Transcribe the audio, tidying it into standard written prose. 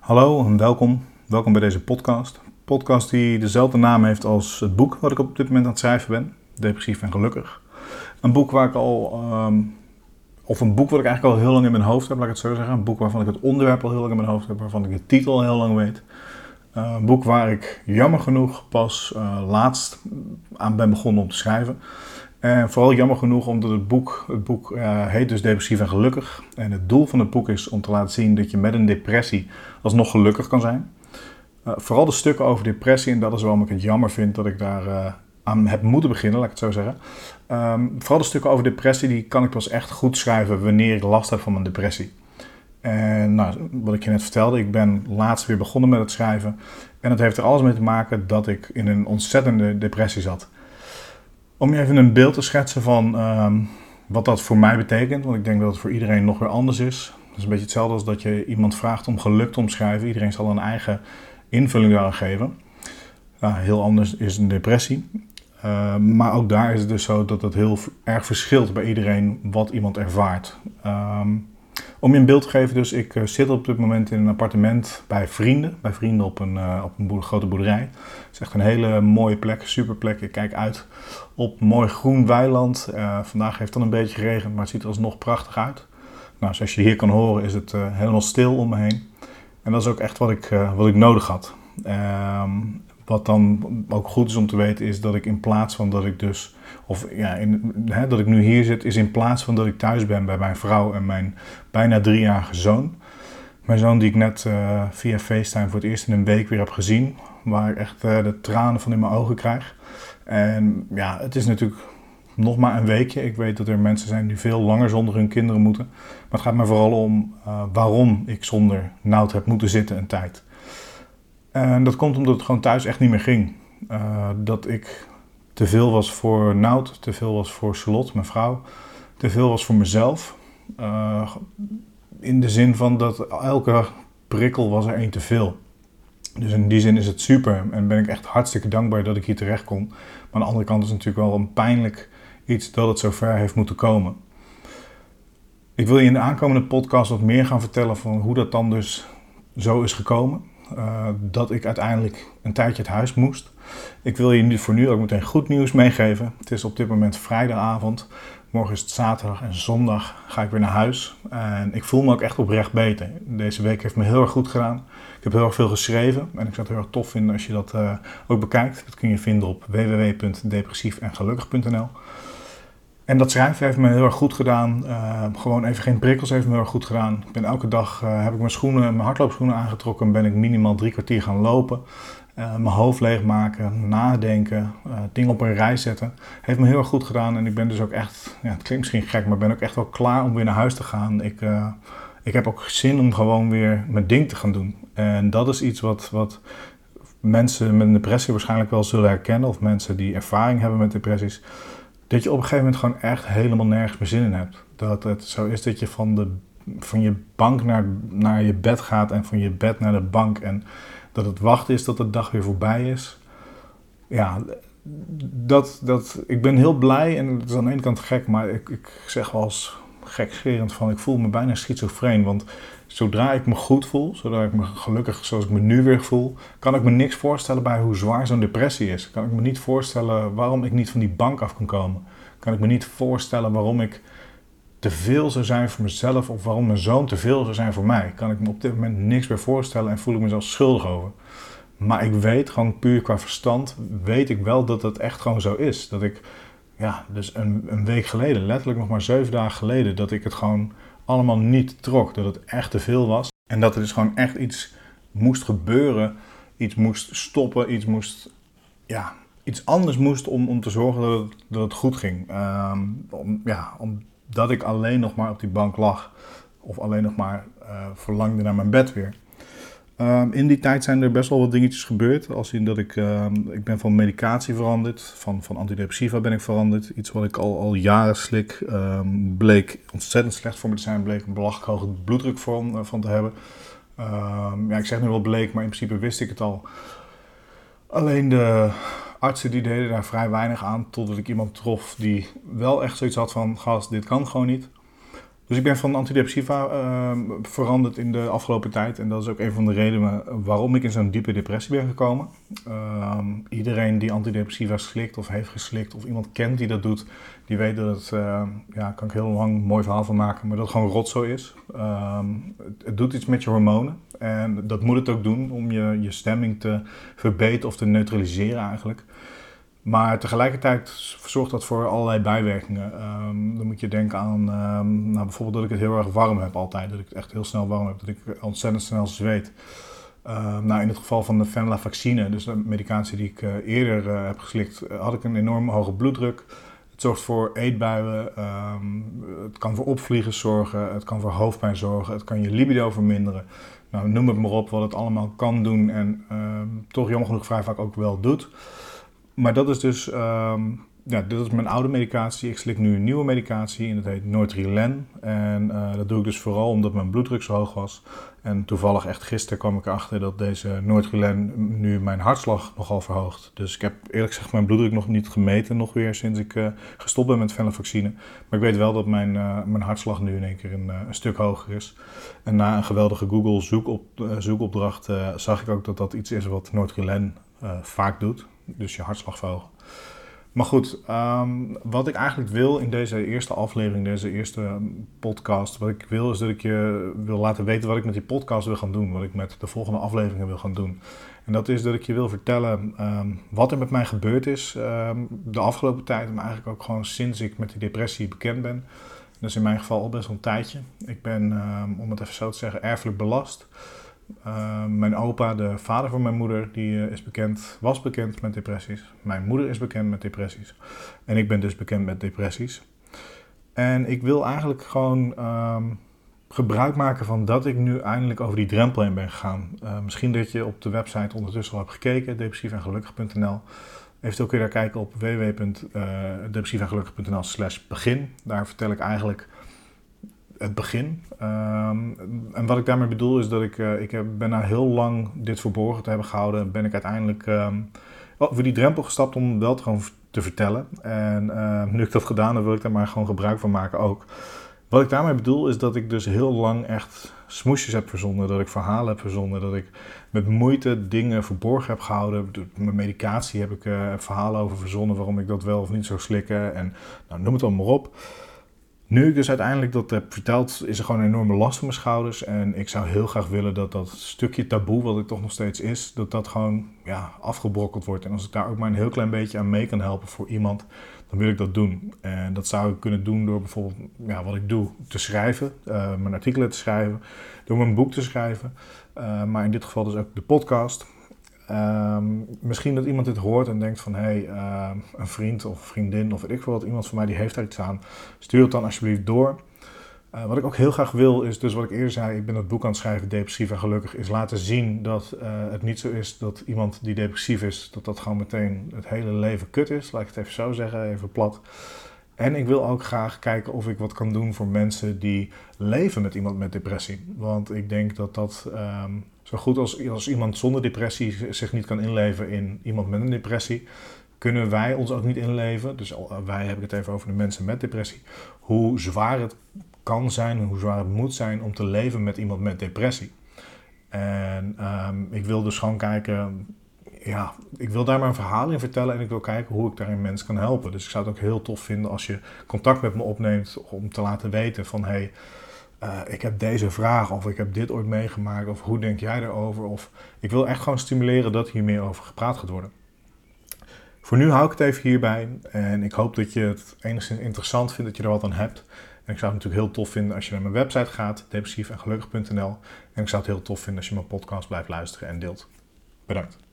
Hallo en welkom. Welkom bij deze podcast. Een podcast die dezelfde naam heeft als het boek wat ik op dit moment aan het schrijven ben. Depressief en gelukkig. Een boek waar ik een boek wat ik eigenlijk al heel lang in mijn hoofd heb, laat ik het zo zeggen. Een boek waarvan ik het onderwerp al heel lang in mijn hoofd heb, waarvan ik de titel al heel lang weet. Een boek waar ik jammer genoeg pas laatst aan ben begonnen om te schrijven. En vooral jammer genoeg omdat het boek heet dus Depressief en Gelukkig. En het doel van het boek is om te laten zien dat je met een depressie alsnog gelukkig kan zijn. Vooral de stukken over depressie, en dat is waarom ik het jammer vind dat ik daar aan heb moeten beginnen, laat ik het zo zeggen. Vooral de stukken over depressie, die kan ik pas echt goed schrijven wanneer ik last heb van mijn depressie. En wat ik je net vertelde, ik ben laatst weer begonnen met het schrijven. En dat heeft er alles mee te maken dat ik in een ontzettende depressie zat. Om je even een beeld te schetsen van wat dat voor mij betekent, want ik denk dat het voor iedereen nog weer anders is. Het is een beetje hetzelfde als dat je iemand vraagt om geluk te omschrijven. Iedereen zal een eigen invulling daaraan geven. Heel anders is een depressie. Maar ook daar is het dus zo dat het heel erg verschilt bij iedereen wat iemand ervaart. Om je een beeld te geven, dus ik zit op dit moment in een appartement bij vrienden. Bij vrienden op een grote boerderij. Het is echt een hele mooie plek, super plek. Ik kijk uit op mooi groen weiland. Vandaag heeft het een beetje geregend, maar het ziet er alsnog prachtig uit. Nou, zoals je hier kan horen is het helemaal stil om me heen. En dat is ook echt wat ik nodig had. Wat dan ook goed is om te weten is dat ik in plaats van dat ik dat ik nu hier zit, is in plaats van dat ik thuis ben bij mijn vrouw en mijn bijna 3-jarige zoon. Mijn zoon die ik net via FaceTime voor het eerst in een week weer heb gezien, waar ik echt de tranen van in mijn ogen krijg. En ja, het is natuurlijk nog maar een weekje. Ik weet dat er mensen zijn die veel langer zonder hun kinderen moeten. Maar het gaat me vooral om waarom ik zonder Nout heb moeten zitten een tijd. En dat komt omdat het gewoon thuis echt niet meer ging. Dat ik te veel was voor Nout, te veel was voor Charlotte, mijn vrouw. Te veel was voor mezelf. In de zin van dat elke prikkel was er één te veel. Dus in die zin is het super en ben ik echt hartstikke dankbaar dat ik hier terecht kon. Maar aan de andere kant is het natuurlijk wel een pijnlijk iets dat het zover heeft moeten komen. Ik wil je in de aankomende podcast wat meer gaan vertellen van hoe dat dan dus zo is gekomen. Dat ik uiteindelijk een tijdje het huis moest. Ik wil je voor nu ook meteen goed nieuws meegeven. Het is op dit moment vrijdagavond. Morgen is het zaterdag en zondag ga ik weer naar huis. En ik voel me ook echt oprecht beter. Deze week heeft me heel erg goed gedaan. Ik heb heel erg veel geschreven. En ik zou het heel erg tof vinden als je dat ook bekijkt. Dat kun je vinden op www.depressiefengelukkig.nl. En dat schrijven heeft me heel erg goed gedaan. Gewoon even geen prikkels heeft me heel erg goed gedaan. Ik ben elke dag, heb ik mijn hardloopschoenen aangetrokken en ben ik minimaal 3 kwartier gaan lopen. Mijn hoofd leegmaken, nadenken, dingen op een rij zetten. Heeft me heel erg goed gedaan en ik ben dus ook echt, het klinkt misschien gek, maar ben ook echt wel klaar om weer naar huis te gaan. Ik heb ook zin om gewoon weer mijn ding te gaan doen. En dat is iets wat mensen met een depressie waarschijnlijk wel zullen herkennen. Of mensen die ervaring hebben met depressies. Dat je op een gegeven moment gewoon echt helemaal nergens meer zin in hebt. Dat het zo is dat je van je bank naar je bed gaat en van je bed naar de bank. En dat het wachten is tot de dag weer voorbij is. Ja, ik ben heel blij en het is aan de ene kant gek, maar ik zeg wel eens gekscherend van ik voel me bijna schizofreen. Want zodra ik me goed voel, zodra ik me gelukkig zoals ik me nu weer voel, kan ik me niks voorstellen bij hoe zwaar zo'n depressie is. Kan ik me niet voorstellen waarom ik niet van die bank af kan komen. Kan ik me niet voorstellen waarom ik te veel zou zijn voor mezelf of waarom mijn zoon te veel zou zijn voor mij. Kan ik me op dit moment niks meer voorstellen en voel ik mezelf schuldig over. Maar ik weet, gewoon puur qua verstand, weet ik wel dat het echt gewoon zo is. Dat ik, dus een week geleden, letterlijk nog maar 7 dagen geleden, dat ik het gewoon allemaal niet trok. Dat het echt te veel was. En dat er dus gewoon echt iets moest gebeuren. Iets moest stoppen. Iets anders moest om te zorgen dat het goed ging. Omdat ik alleen nog maar op die bank lag. Of alleen nog maar verlangde naar mijn bed weer. In die tijd zijn er best wel wat dingetjes gebeurd. Als in dat ik ben van medicatie veranderd. Van antidepressiva ben ik veranderd. Iets wat ik al jaren slik. Bleek ontzettend slecht voor me te zijn. Bleek een belachelijk hoge bloeddruk van te hebben. Ik zeg nu wel bleek, maar in principe wist ik het al. Alleen de artsen die deden daar vrij weinig aan. Totdat ik iemand trof die wel echt zoiets had van, gast, dit kan gewoon niet. Dus ik ben van antidepressiva veranderd in de afgelopen tijd. En dat is ook een van de redenen waarom ik in zo'n diepe depressie ben gekomen. Iedereen die antidepressiva slikt of heeft geslikt of iemand kent die dat doet, die weet dat het, kan ik heel lang een mooi verhaal van maken, maar dat het gewoon rotzooi is. Het doet iets met je hormonen en dat moet het ook doen om je stemming te verbeteren of te neutraliseren eigenlijk. Maar tegelijkertijd zorgt dat voor allerlei bijwerkingen. Dan moet je denken aan bijvoorbeeld dat ik het heel erg warm heb altijd. Dat ik het echt heel snel warm heb. Dat ik ontzettend snel zweet. In het geval van de venlafaxine, dus de medicatie die ik eerder heb geslikt, had ik een enorm hoge bloeddruk. Het zorgt voor eetbuien. Het kan voor opvliegers zorgen. Het kan voor hoofdpijn zorgen. Het kan je libido verminderen. Nou, noem het maar op wat het allemaal kan doen en toch jammer genoeg vrij vaak ook wel doet. Maar dat is dus, dit is mijn oude medicatie. Ik slik nu een nieuwe medicatie en dat heet Nortrilen. En dat doe ik dus vooral omdat mijn bloeddruk zo hoog was. En toevallig echt gisteren kwam ik erachter dat deze Nortrilen nu mijn hartslag nogal verhoogt. Dus ik heb eerlijk gezegd mijn bloeddruk nog niet gemeten, nog weer sinds ik gestopt ben met venlafaxine. Maar ik weet wel dat mijn hartslag nu in één keer een stuk hoger is. En na een geweldige Google zoekopdracht zag ik ook dat dat iets is wat Nortrilen vaak doet. Dus je hartslag verhogen. Maar goed, wat ik eigenlijk wil in deze eerste aflevering, deze eerste podcast, wat ik wil is dat ik je wil laten weten wat ik met die podcast wil gaan doen. Wat ik met de volgende afleveringen wil gaan doen. En dat is dat ik je wil vertellen wat er met mij gebeurd is de afgelopen tijd. Maar eigenlijk ook gewoon sinds ik met die depressie bekend ben. Dat is in mijn geval al best wel een tijdje. Ik ben, om het even zo te zeggen, erfelijk belast. Mijn opa, de vader van mijn moeder, die was bekend met depressies. Mijn moeder is bekend met depressies. En ik ben dus bekend met depressies. En ik wil eigenlijk gewoon gebruik maken van dat ik nu eindelijk over die drempel heen ben gegaan. Misschien dat je op de website ondertussen al hebt gekeken, depressiefengelukkig.nl. Eventueel kun je daar kijken op www.depressiefengelukkig.nl/begin. Daar vertel ik eigenlijk het begin. En wat ik daarmee bedoel is dat ik ben na heel lang dit verborgen te hebben gehouden, ben ik uiteindelijk over die drempel gestapt om wel gewoon te vertellen. En nu ik dat gedaan heb, wil ik daar maar gewoon gebruik van maken ook. Wat ik daarmee bedoel is dat ik dus heel lang echt smoesjes heb verzonnen, dat ik verhalen heb verzonnen, dat ik met moeite dingen verborgen heb gehouden. Mijn medicatie heb ik verhalen over verzonnen waarom ik dat wel of niet zou slikken en noem het allemaal maar op. Nu ik dus uiteindelijk dat heb verteld, is er gewoon een enorme last op mijn schouders. En ik zou heel graag willen dat dat stukje taboe, wat het toch nog steeds is, dat gewoon afgebrokkeld wordt. En als ik daar ook maar een heel klein beetje aan mee kan helpen voor iemand, dan wil ik dat doen. En dat zou ik kunnen doen door bijvoorbeeld, wat ik doe, te schrijven, mijn artikelen te schrijven, door mijn boek te schrijven. Maar in dit geval dus ook de podcast. Misschien dat iemand dit hoort en denkt van een vriend of vriendin of weet ik veel wat, iemand van mij die heeft daar iets aan, stuur het dan alsjeblieft door. Wat ik ook heel graag wil is, dus wat ik eerder zei, ik ben het boek aan het schrijven, Depressief en Gelukkig, is laten zien dat het niet zo is dat iemand die depressief is, dat gewoon meteen het hele leven kut is, laat ik het even zo zeggen, even plat. En ik wil ook graag kijken of ik wat kan doen voor mensen die leven met iemand met depressie. Want ik denk dat zo goed als iemand zonder depressie zich niet kan inleven in iemand met een depressie, kunnen wij ons ook niet inleven. Dus wij heb ik het even over de mensen met depressie. Hoe zwaar het kan zijn en hoe zwaar het moet zijn om te leven met iemand met depressie. En ik wil dus gewoon kijken, ik wil daar maar een verhaal in vertellen en ik wil kijken hoe ik daarin mensen kan helpen. Dus ik zou het ook heel tof vinden als je contact met me opneemt om te laten weten van ik heb deze vraag of ik heb dit ooit meegemaakt of hoe denk jij erover? Of ik wil echt gewoon stimuleren dat hier meer over gepraat gaat worden. Voor nu hou ik het even hierbij en ik hoop dat je het enigszins interessant vindt, dat je er wat aan hebt. En ik zou het natuurlijk heel tof vinden als je naar mijn website gaat, depressiefengelukkig.nl. En ik zou het heel tof vinden als je mijn podcast blijft luisteren en deelt. Bedankt.